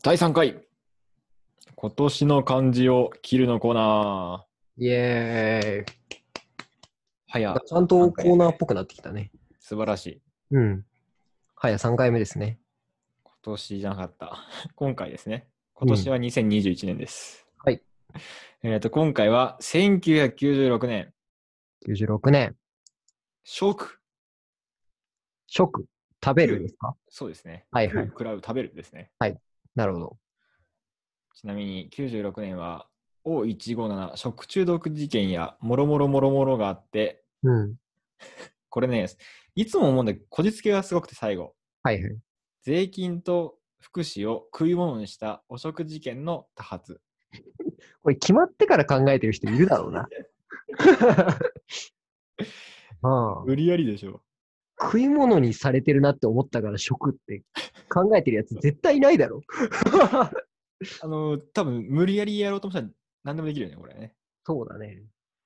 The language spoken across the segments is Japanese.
第3回、今年の漢字を切るのコーナイエーイ。 ー。はや、 ちゃんとコーナーっぽくなってきたね。 素晴らしい。 うん。はや3回目ですね。 今年じゃなかった。今回ですね。今年は2021年です。 はい。 今回は1996年、 96年。 食。 食。食べるですか？ そうですね。 はいはい。 食らう、食べるですね。 はい。なるほど。 ちなみに96年は O157 食中毒事件やもろもろもろもろがあって、 うん。 これね、いつも思うんだけど、こじつけがすごくて最後。 はいはい。 税金と福祉を食い物にした汚職事件の多発。 これ決まってから考えてる人いるだろうな。ああ。 無理やりでしょ。 食い物にされてるなって思ったから食って考えてるやつ絶対いないだろ。 多分無理やりやろうと思ったら何でもできるよね、これね。 そうだね。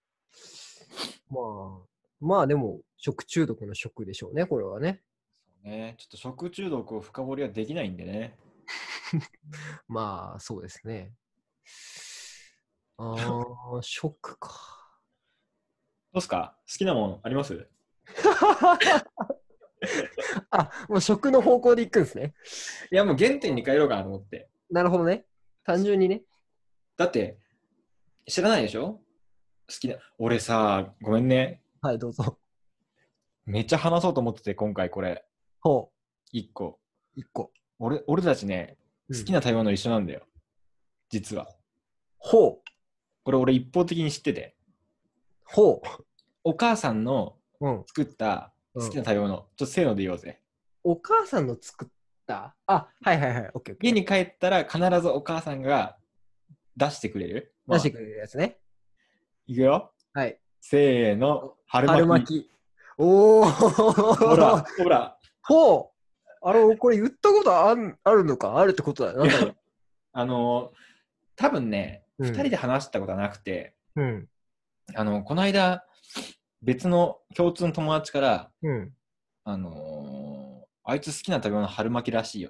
まあでも食中毒の食でしょうね、これはね。 そうね。ちょっと食中毒を深掘りはできないんでね。 まあそうですね。食か。 どうすか？好きなものあります？ あ、もう食の方向で行くんですね。 いや、もう原点に帰ろうかなと思って。 なるほどね。単純にね。 だって、知らないでしょ？好きな。俺さ、ごめんね。 はい、どうぞ。 めっちゃ話そうと思ってて、今回これ。 ほ一個。 う、一個。 俺たちね、 うん好きな食べ物一緒なんだよ。実は。 ほう、 これ俺一方的に知ってて。 ほお母さんのう。うん、 作った好きうん。 な食べ物、ちょっとせーので言おうぜ。 お母さんの作った、あ、はいはいはい、オッケーオッケー。 家に帰ったら必ずお母さんが出してくれる。まあ、 出してくれるやつね。 いくよ。 はい。 せーの、春巻き。 春巻き。おー。 ほら、ほら。 ほう。これ言ったことあるのか？あるってことだよ。なんだろう。 あの多分ね、 うん 2人で話したことはなくて、 うん。 この間、別の共通の友達から、 うん。 あいつ好きな食べ物春巻きらしいよ。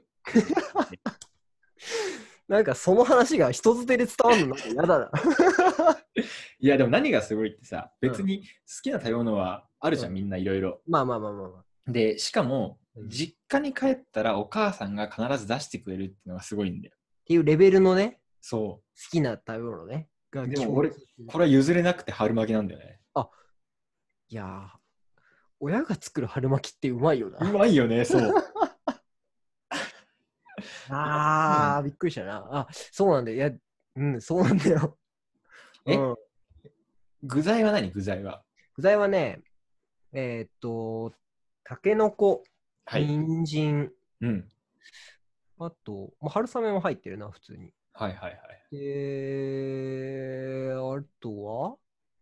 なんかその話が人づてで伝わるのなんか嫌だな。 いや、でも何がすごいってさ、 うん別に好きな食べ物はあるじゃん、 うんみんないろいろ。 まあまあまあまあまあ。 で、しかも、 うんっ実家に帰ったらお母さんが必ず出してくれるっていうのがすごいんだよ。 ていうレベルのね、 そ好きな食べ物ね。 う。 がでも俺、 基本的にこれは譲れなくて春巻きなんだよね。 あ、いやー、親が作る春巻きってうまいような。 まいよね、そう。 びっくりしたな。あ、そうなんだよ。いや、うん、そうなんだよ。うえ、 ん。 具材は何？具材は。 具材はね、たけのこ、 はい。 人参、 うん。 あと、まあ、春雨も入ってるな、普通に。 はいはいはい。 あとは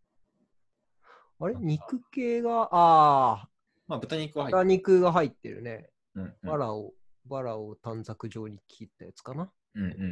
なんか肉系が、 まあ、豚肉は入っ豚てる。 肉が入ってるね。 うんうん。 バラを短冊状に切ったやつかな。 うんうんうんうん。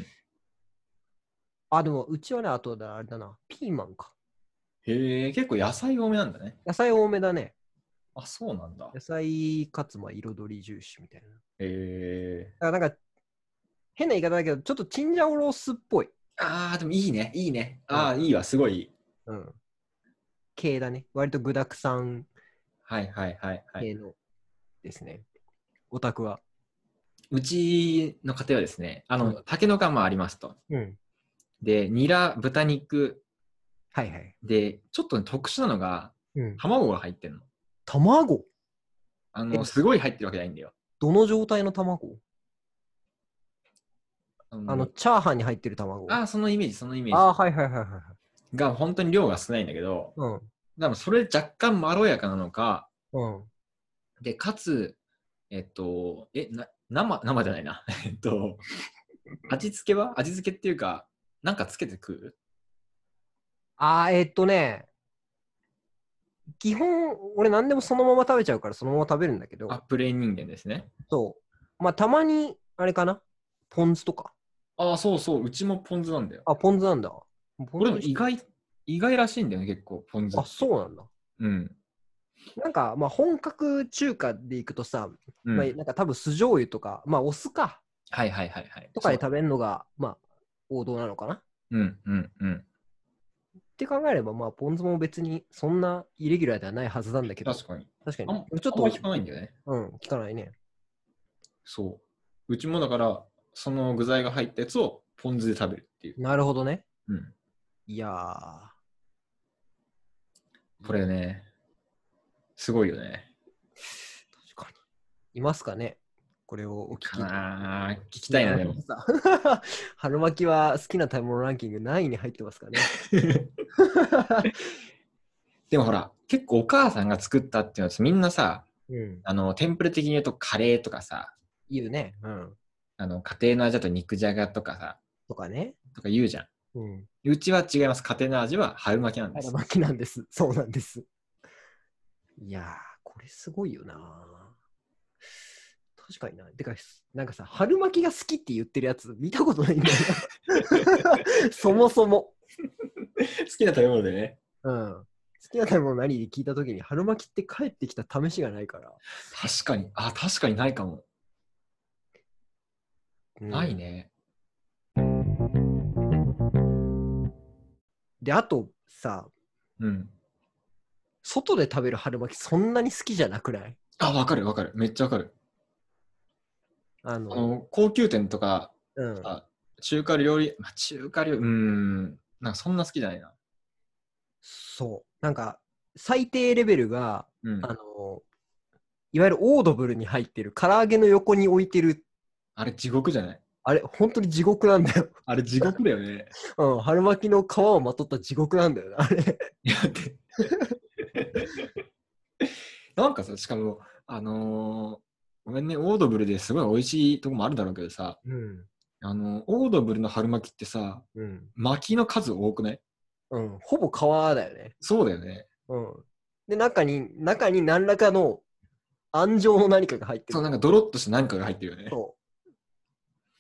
でも、うちはね、あとだ、あれだな、ピーマンか。 へえ、結構野菜多めなんだね。 野菜多めだね。 あ、そうなんだ。 野菜かつ、まあ、彩り重視みたいな。 へえ。 だからなんか、変な言い方だけど、ちょっとチンジャオロースっぽい。 ああ、でもいいね、いいね。 うん。 ああ、いいわ、すごいいい。 うん。系だね。割と具沢山はいはいはいはい。 系のですね。オタクは。 うちの家庭はですね、 うん。 タケノコがまあありますと。 うん。 で、ニラ、豚肉はいはい。 で、ちょっと、ね、特殊なのが、 うん。 卵が入ってるの。 卵すごい入ってるわけじゃないんだよ。 どの状態の卵？ もうチャーハンに入ってる卵。 そのイメージ、そのイメージ。 はいはいはいはいはい。 が、本当に量が少ないんだけど、 うん。 でもそれ若干まろやかなのか、 うん。 で、かつ、生じゃないな。味付けっていうか、なんかつけて食う？ 基本、俺何でもそのまま食べちゃうからそのまま食べるんだけど、 プレーン人間ですね。 そう。まあ、たまに、あれかなポン酢とか。 そうそう、うちもポン酢なんだよ。 ポン酢なんだ。ポこれン酢も意外らしいんだよね、結構、ポン酢って。 そうなんだ。 うん。 なんか、まあ、本格中華でいくとさ、まあ、 うん。 なんか多分酢醤油とか、まあ、お酢か。 はいはいはいはい。 とかで食べるのが、まあ、王道なのかな。 うんうんうん。 って考えれば、まあ、ポン酢も別にそんなイレギュラーではないはずなんだけど、 確かに。 確かに、 あん、 ちょっと、 あんま聞かないんだよね。 聞かないね。 そう。うちもだから、その具材が入ったやつをポン酢で食べるっていう。 なるほどね。 うん。 いやー。 これね、すごいよね。 確かに。いますかね、これをお聞きかの。 なー、聞きたいな、でも。 春巻きは好きな食べ物ランキング何位に入ってますかね。 でもほら、結構お母さんが作ったっていうのはみんなさ、 うん。 テンプレ的に言うとカレーとかさ、 言うね。うん。 家庭の味だと肉じゃがとかさ、 とかね。 とか言うじゃん。 うん。 うちは違います。家庭の味は春巻きなんです。 春巻きなんです。そうなんです。いやー、これすごいよな。確かにな。てか、なんかさ、春巻きが好きって言ってるやつ見たことないんだよな。そもそも。 好きな食べ物でね。 うん。好きな食べ物何で聞いたときに、春巻きって帰ってきた試しがないから。 確かに。あ、確かにないかも。 うん、 ないね。 で、あとさ、 うん。 外で食べる春巻きそんなに好きじゃなくない？ あ、わかるわかる。めっちゃわかる。 あの、 高級店とか、 うん。 あ、中華料理、まあ、中華料理、なんかそんな好きじゃないな。 そう。なんか、最低レベルが、 うん。 あの、いわゆるオードブルに入ってる、唐揚げの横に置いてる、 あれ地獄じゃない？ あれ、本当に地獄なんだよ。 あれ地獄だよね。 うん、春巻きの皮をまとった地獄なんだよな、あれ。 いや、だってなんかさ、しかも、ごめんね、オードブルですごい美味しいとこもあるだろうけどさ、 うん。 オードブルの春巻きってさ、 うん。 巻きの数多くない？ うん。ほぼ皮だよね。 そうだよね。 うん。で、中に何らかの安城の何かが入ってそう、 る。 なんかドロッとした何かが入ってるよね。 そう。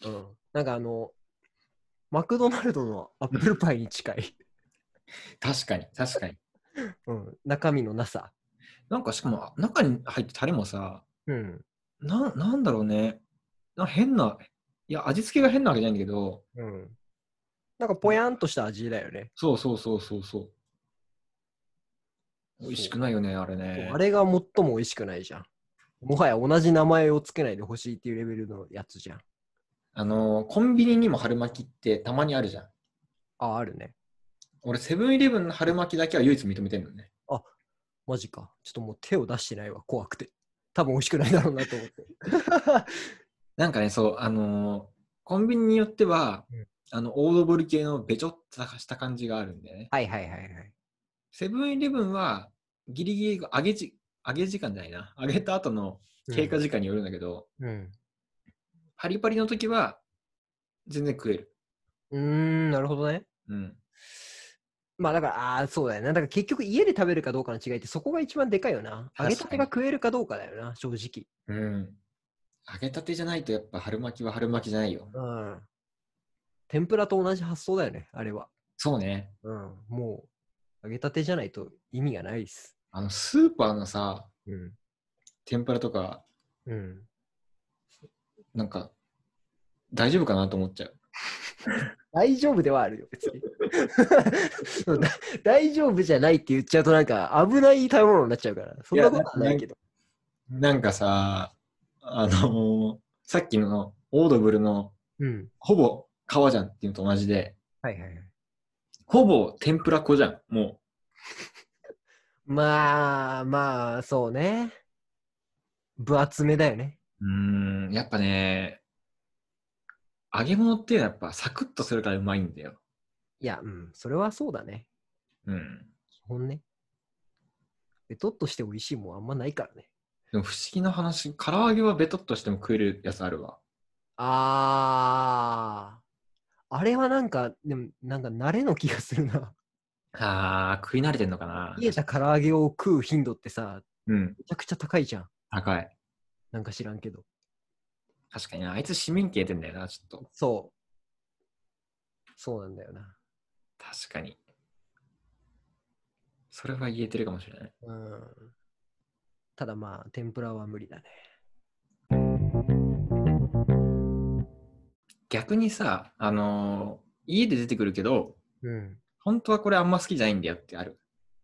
うん。なんかマクドナルドのアップルパイに近い。 確かに、確かに。 うん。中身のなさ。 なんかしかも、中に入ってタレもさ、 うん。 なんだろうね。変な、いや、味付けが変なわけじゃないんだけど、 うん。なんかぽやんとした味だよね。 そうそうそうそうそう。美味しそう。 くないよね、あれそうあね。 れが最も美味しくないじゃん。もはや同じ名前をつけないでほしいっていうレベルのやつじゃん。 コンビニにも春巻きってたまにあるじゃん。 あ、あるね。 俺、セブンイレブンの春巻きだけは唯一認めてるのね。 あ、マジか。ちょっともう手を出してないわ、怖くて。多分美味しくないだろうなと思って。 なんかね、そう、コンビニによっては、 うんオードブル系のべちょっとした感じがあるんでね。 はいはいはいはい。 セブンイレブンは、ギリギリ揚げ時間じゃないな。揚げた後の経過時間によるんだけど、 うん。 パリパリの時は全然食える。 なるほどね。 うん。 まあだから、そうだよね。だから結局家で食べるかどうかの違いってそこが一番でかいよな。揚げたてが確かに。 食えるかどうかだよな、正直。 うん。揚げたてじゃないとやっぱ春巻きは春巻きじゃないよ。 うん。天ぷらと同じ発想だよね、あれは。 そうね。 うん。もう、揚げたてじゃないと意味がないです。 スーパーのさ、 うん。 天ぷらとか、 うん。 なんか、大丈夫かなと思っちゃう。 大丈夫ではあるよ、別に。大丈夫じゃないって言っちゃうとなんか危ない食べ物になっちゃうから、そいや、 んなことはないけど。 なんかさ、さっきのオードブルのうん。 ほぼ皮じゃんっていうのと同じで、 はいはいはい。 ほぼ天ぷら粉じゃん、もまあまあ、そうね。分厚めだよね。 う。やっぱね、揚げ物っていうのはやっぱサクッとするからうまいんだよ。 いや、うん、それはそうだね。 うん。 基本ね。ベトっとして美味しいもんあんまないからね。 でも不思議な話、唐揚げはベトっとしても食えるやつあるわ。 あれはなんか、でもなんか慣れの気がするな。 食い慣れてんのかな。 冷えた唐揚げを食う頻度ってさ、 うん、 めちゃくちゃ高いじゃん。 高い。 なんか知らんけど。 確かにな、あいつ市民権得てんだよな、ちょっと。 そう。そうなんだよな。 確かに。それは言えてるかもしれない。 うん。ただまあ、天ぷらは無理だね。 逆にさ、家で出てくるけど、 うん。 本当はこれあんま好きじゃないんだよってある。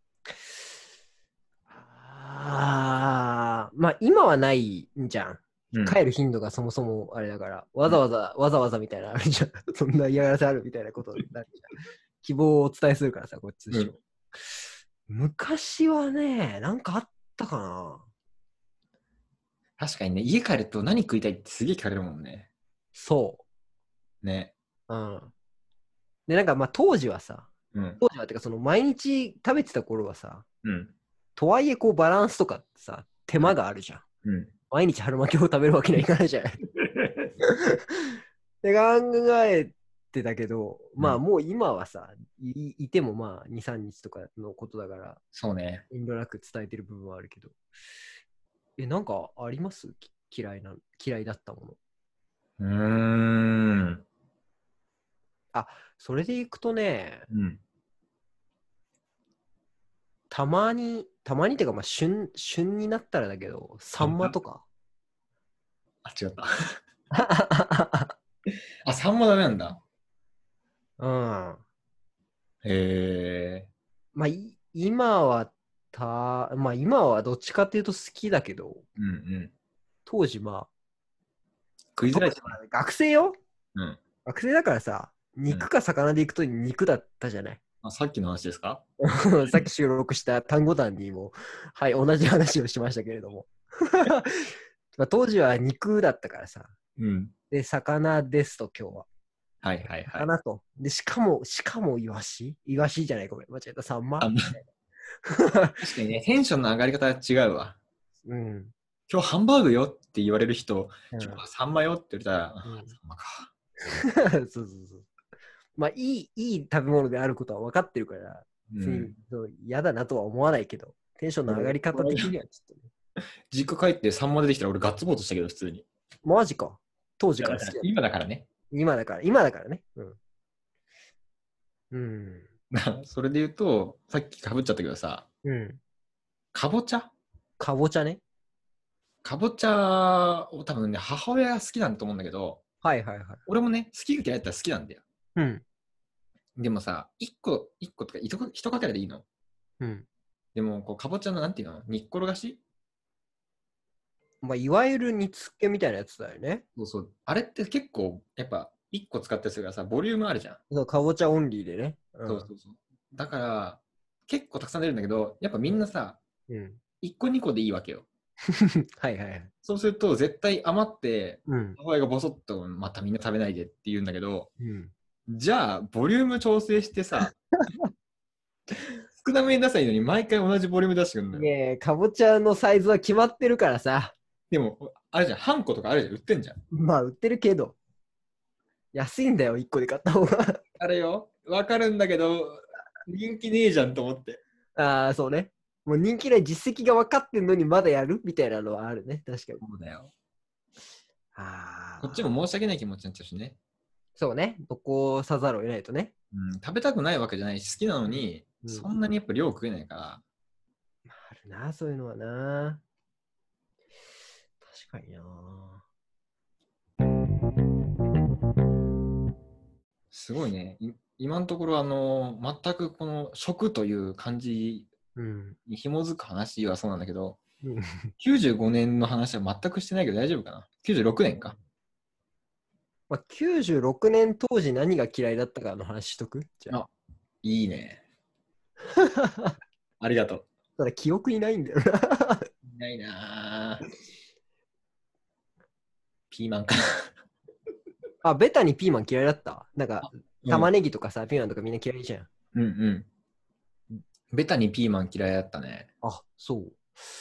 まあ今はないんじゃん。 うん。 帰る頻度がそもそもあれだから、わざわざみたいなのあるじゃん。そんな嫌がらせあるみたいなことになるじゃん。希望をお伝えするからさ、こっちとしても。昔はね、なんかあったかな。 確かにね、家帰ると何食いたいってすげえ聞かれるもんね。 そね。 う。うん。で、なんかまあ当時はさ、 うん。 当時はってかその毎日食べてた頃はさ、 うん。 とはいえこうバランスとかってさ、手間があるじゃん。 うん。 毎日春巻きを食べるわけにはいかないじゃない。で考えてたけど、まあもう今はさ、いてもまあ2、3日とかのことだから、 そうね。 遠慮なく伝えてる部分はあるけど。なんかあります嫌いだったもの。 うーん。 それでいくとね、 うん。 たまにっていうかまあ旬になったらだけど、サンマとか。 あ、違った。あ、サンマダメなんだ。 うん。 へえ。 まあ、まあ今はどっちかっていうと好きだけど、 うんうん。 当時まあ、 食いづらいしね。 学生よ。 うん。 学生だからさ、肉か魚でいくと肉だったじゃない。 あ、さっきの話ですか？ さっき収録した単語欄にも、はい、同じ話をしましたけれども。まあ当時は肉だったからさ。 うん。 で、魚ですと、今日は。 はいはいはい。 魚と。で、しかも、イワシじゃない、ごめん、間違えた、サンマ。 あ、確かにね、テンションの上がり方が違うわ。 うん。 今日ハンバーグよって言われる人、 うん今日はサンマよって言われたら、 うん、 サンマか。 そうそうそう。まあ、いい食べ物であることは分かってるから、別にうん。 そう嫌だなとは思わないけど、テンションの上がり方的にはちょっとね。 実家帰ってサンマ出てきたら俺ガッツポーズしたけど、普通に。 マジか。当時いやから好きだ。 今だからね。 今だからね。うん。うん。 それで言うと、さっきかぶっちゃったけどさ、 うん。 かぼちゃかぼちゃね。 かぼちゃを多分ね、母親が好きなんだと思うんだけど、 はいはいはい。 俺もね、好きが嫌いだったら好きなんだよ。 うん。 でもさ、一個とか一かけらでいいの。 うん。 でも、こう、かぼちゃのなんていうの煮っころがしまあ、いわゆる煮付けみたいなやつだよね。 そうそう。あれって結構、やっぱ、一個使ったりするからさ、ボリュームあるじゃん。 そう、かぼちゃオンリーでね。うん。 そうそうそう。だから、結構たくさん出るんだけど、やっぱみんなさ、 うん。 一個二個でいいわけよ。 はいはいはい。 そうすると、絶対余って、 うん。 母親がボソッと、またみんな食べないでって言うんだけど、 うん。 じゃあ、ボリューム調整してさ、少なめに出せばいいのに、毎回同じボリューム出してくるんだよ。 ねえ、かぼちゃのサイズは決まってるからさ。 でも、あれじゃん、半個とかあるじゃん、売ってんじゃん。 まあ、売ってるけど、安いんだよ、1個で買った方が。 あれよ、わかるんだけど、人気ねえじゃんと思って。 ああ、そうね。もう人気ない実績が分かってんのにまだやるみたいなのはあるね。確かに。 そうだよ。 あこっちも申し訳ない気持ちになっちゃうしね。 そうね。残さざるを得ないとね。 うん、食べたくないわけじゃないし、好きなのに、 うん、 そんなにやっぱ量食えないから。 あるな、そういうのはな。確かにな。 すごいね。今のところ、全くこの食という漢字うん。 に紐づく話はそうなんだけど、 うん 95年の話は全くしてないけど大丈夫かな？ 96 年か。 まあ、96年当時何が嫌いだったかの話しとくじゃあ。 あ、いいね。ありがとう。 ただ記憶にないんだよな。 いないなぁ。ピーマンかあ、ベタにピーマン嫌いだったなんか、 な。 玉ねぎとかさ、ピーマンとかみんな嫌いじゃん。 うんうん。ベタにピーマン嫌いだったね。 あ、そう。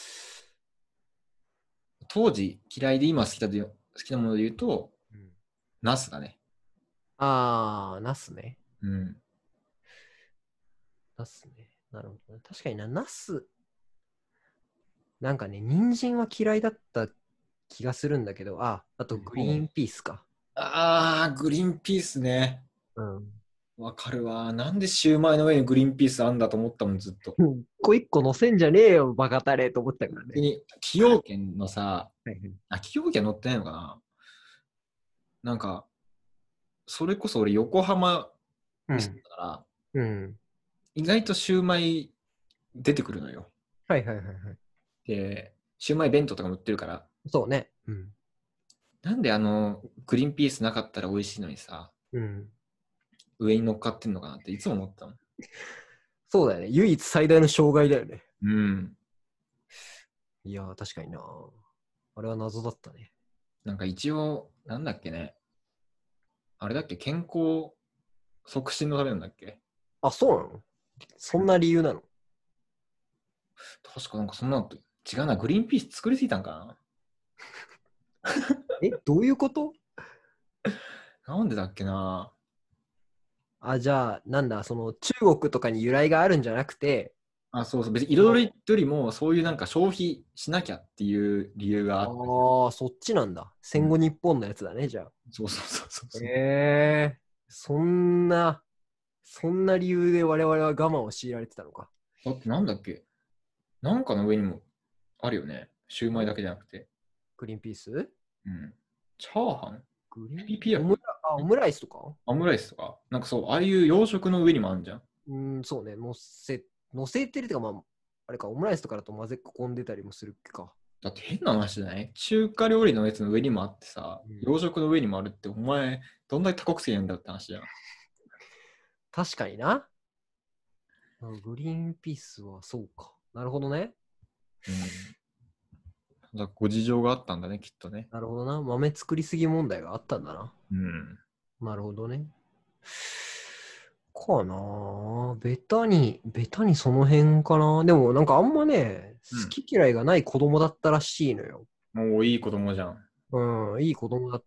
当時嫌いで今好きなもので言うと、 うん、 ナスだね。 ナスね。 うん。 ナスね。なるほどね。確かにな、ナス。なんかね、人参は嫌いだった気がするんだけど、あとグリーンピースか。 グリーンピースね。 うん。 わかるわ。なんでシューマイの上にグリーンピースあんだと思ったもん、ずっと。 一個一個乗せんじゃねえよ、バカタレと思ったからね。 崎陽軒のさ、 はいはい、 崎陽軒乗ってないのかななんか、 それこそ俺横浜うんに住んだから、 うん。 意外とシューマイ出てくるのよ。 はいはいはいはい。 で、シューマイ弁当とかも売ってるから、 そうね。うん。 なんでグリーンピースなかったら美味しいのにさ、 うん。 上に乗っかってんのかなっていつも思ったの。 そうだよね。唯一最大の障害だよね。 うん。 いやー、確かにな。あれは謎だったね。 なんか一応、なんだっけね。あれだっけ、健康促進のためなんだっけ。 あ、そうなの？そんな理由なの？ 確かなんかそんなのと違うな。グリーンピース作りすぎたんかどういうこと？ な。なんでだっけな。 あ、じゃあ、なんだ、その中国とかに由来があるんじゃなくて、 あ、そうそう。別に彩りよりも、そういうなんか消費しなきゃっていう理由があった。 ああ、そっちなんだ。戦後日本のやつだね、じゃあ。 そうそうそうそう。 そんな理由で我々は我慢を強いられてたのか。 だってなんだっけ。なんかの上にもあるよね。シューマイだけじゃなくて。 グリーンピース？ うん。チャーハングリーンピピアオムライスとか？ オムライスとかなんかそう、ああいう洋食の上にもあるじゃん。 そうね、乗せてるっていうか、まあ、あれか、オムライスとかだと混ぜ込んでたりもするか。 だって変な話じゃない？中華料理のやつの上にもあってさ、 うん洋食の上にもあるって、お前、どんだけ多国籍なんだって話じゃん。 確かにな。グリーンピースはそうか。なるほどね。 うん。だからご事情があったんだね、きっとね。 なるほどな。豆作りすぎ問題があったんだな。 うん。 なるほどね。かなぁ。ベタにその辺かな。でもなんかあんまね、 うん好き嫌いがない子供だったらしいのよ。 もういい子供じゃん。 うん、いい子供だった。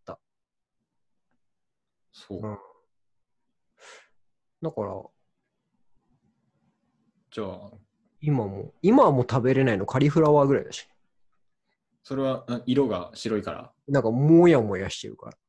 そう。 うん。だから、 じゃあ、 今はもう食べれないのカリフラワーぐらいだし。 それは色が白いから。 なんかもやもやしてるから。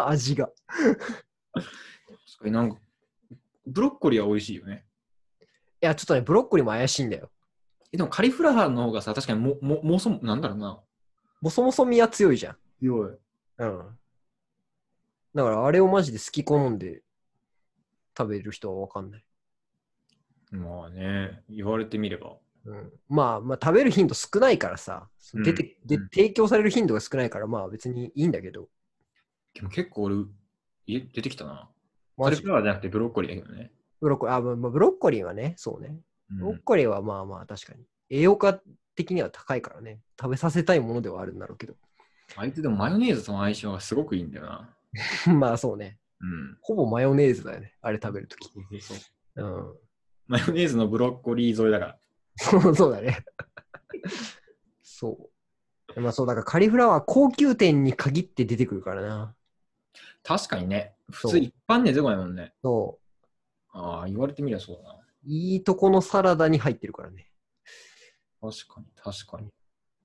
味が。 確かになんか、ブロッコリーは美味しいよね。 いや、ちょっとね、ブロッコリーも怪しいんだよ。 でもカリフラワーの方がさ、確かになんだろうな。 もそもそみは強いじゃん。 強い。 うん。だからあれをマジで好き好んで食べる人は分かんない。 まあね、言われてみれば。 うん、まあ食べる頻度少ないからさ、提供される頻度が少ないからまあ別にいいんだけど。 でも結構俺、出てきたな。カマジリフラワーじゃなくてブロッコリーだけどね。 ブロッコリー、ブロッコリーはね、そうね。ブロッうん、 コリーはまあまあ確かに。栄養価的には高いからね。食べさせたいものではあるんだろうけど。 あいつでもマヨネーズとの相性がすごくいいんだよな。 まあそうね。 うん。 ほぼマヨネーズだよね。あれ食べるとき。うん。 マヨネーズのブロッコリー添えだから。 そうだね。そう。まあそう、だからカリフラワー高級店に限って出てくるからな。 確かにね。普そう通一般で出てこないもんね。 そああ、言われてみればそうだな。 う。いいとこのサラダに入ってるからね。 確かに、確かに。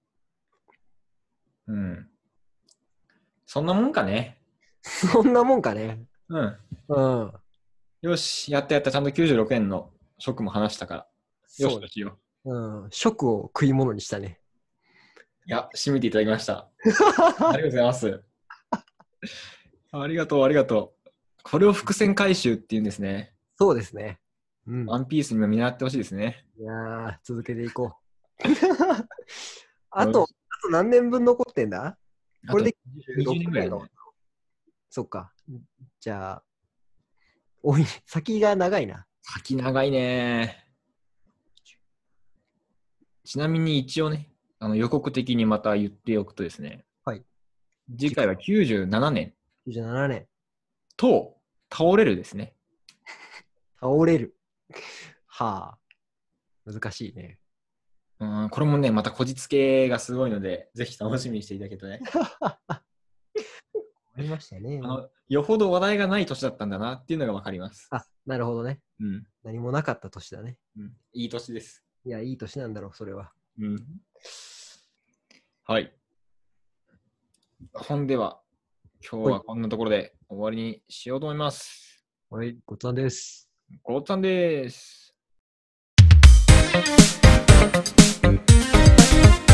うん。そんなもんかね。 そんなもんかね。 うん。 うん。 よし、やったやった。ちゃんと96円の食も話したから。よしとしよう。 うん。食を食い物にしたね。 いや、締めていただきました。ありがとうございます。ありがとう、ありがとう。これを伏線回収っていうんですね。 そうですね。うん。 ワンピースにも見習ってほしいですね。 いやー、続けていこう。あと何年分残ってんだ？これで 20年ぐらいだね。 そっか。じゃあ、おい、先が長いな。 先長いね。ちなみに一応ね、予告的にまた言っておくとですね、 はい。 次回は97年 97年。 と倒れるですね。 倒れる。はあ。難しいね。 これもね、またこじつけがすごいので、ぜひ楽しみにしていただけるとね。 ありましたね。 よほど話題がない年だったんだなっていうのが分かります。 あ、なるほどね。 うん。 何もなかった年だね。 うん、いい年です。 いや、いい年なんだろう、それは。 うん。はい。ほんでは、今日はこんなところで終わりにしようと思います。 はい、ごちそうさんです。 ごっつぁんです。